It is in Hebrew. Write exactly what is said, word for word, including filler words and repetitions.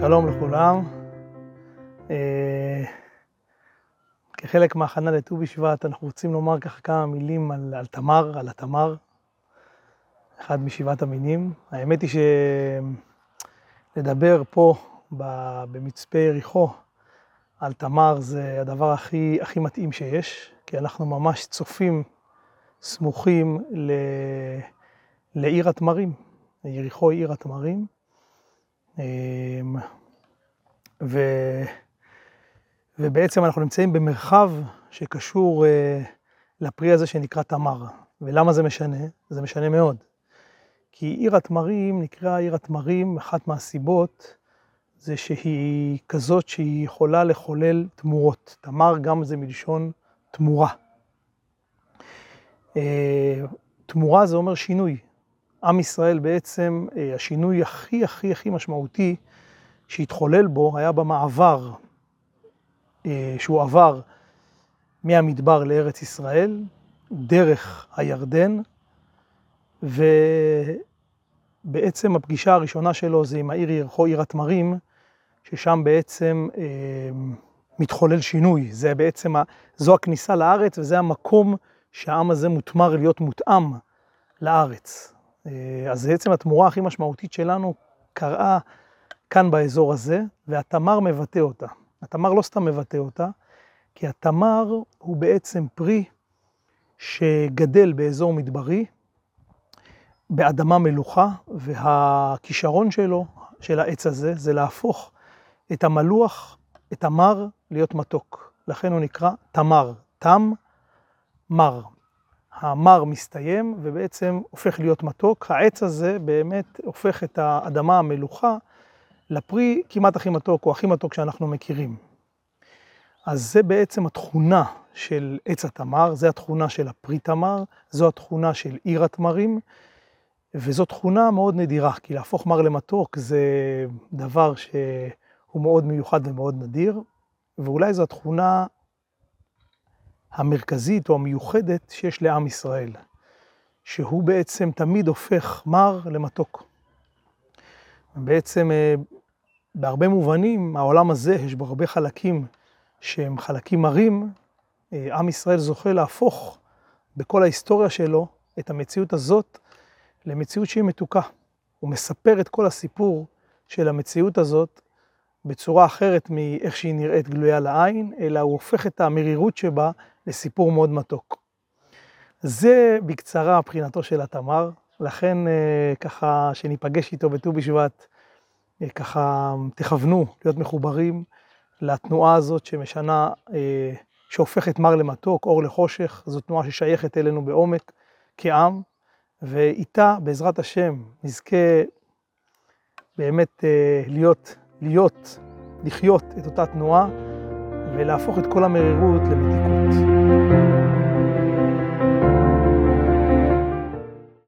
שלום לכולם. כחלק מההכנה לט"ו בשבט אנחנו רוצים לומר ככה כמה מילים על, על תמר, על התמר, אחד משבעת המינים. האמת היא שלדבר פה במצפה יריחו על תמר זה הדבר הכי, הכי מתאים שיש, כי אנחנו ממש צופים סמוכים ל, לעיר התמרים. יריחו היא עיר התמרים. ו... ובעצם אנחנו נמצאים במרחב שקשור uh, לפרי הזה שנקרא תמר. ולמה זה משנה? זה משנה מאוד. כי עיר התמרים נקרא עיר התמרים, אחת מהסיבות זה שהיא כזאת שהיא יכולה לחולל תמורות. תמר גם זה מלשון תמורה. Uh, תמורה זה אומר שינוי. עם ישראל בעצם, uh, השינוי הכי הכי הכי משמעותי שהתחולל בו היה במעבר, שהוא עבר מהמדבר לארץ ישראל, דרך הירדן, ובעצם הפגישה הראשונה שלו זה עם העיר יריחו, עיר התמרים, ששם בעצם אה, מתחולל שינוי. זה בעצם, זו הכניסה לארץ, וזה המקום שהעם הזה מותמר להיות מותאם לארץ. אה, אז בעצם התמורה הכי משמעותית שלנו קראה כאן באזור הזה, והתמר מבטא אותה. התמר לא סתם מבטא אותה, כי התמר הוא בעצם פרי שגדל באזור מדברי, באדמה מלוכה, והכישרון שלו, של העץ הזה, זה להפוך את המלוח, את המר, להיות מתוק. לכן הוא נקרא תמר, תם, מר. המר מסתיים ובעצם הופך להיות מתוק. העץ הזה באמת הופך את האדמה המלוכה, לפרי כמעט הכי מתוק, או הכי מתוק שאנחנו מכירים. אז זה בעצם התכונה של עץ התמר, זה התכונה של הפרי תמר, זו התכונה של עיר התמרים, וזו תכונה מאוד נדירה, כי להפוך מר למתוק זה דבר שהוא מאוד מיוחד ומאוד נדיר, ואולי זו התכונה המרכזית או המיוחדת שיש לעם ישראל, שהוא בעצם תמיד הופך מר למתוק. בעצם בהרבה מובנים, העולם הזה יש בו הרבה חלקים שהם חלקים מרים, עם ישראל זוכה להפוך בכל ההיסטוריה שלו את המציאות הזאת למציאות שהיא מתוקה. הוא מספר את כל הסיפור של המציאות הזאת בצורה אחרת מאיך שהיא נראית גלויה לעין, אלא הוא הופך את המרירות שבה לסיפור מאוד מתוק. זה בקצרה מבחינתו של התמר, לכן ככה שניפגש איתו בט"ו בשבט, ככה תכוונו להיות מחוברים לתנועה הזאת שמשנה, שהופכת מר למתוק, אור לחושך. זו תנועה ששייכת אלינו בעומק כעם, ואיתה בעזרת השם נזכה באמת להיות, להיות, לחיות את אותה תנועה ולהפוך את כל המרירות למתיקות.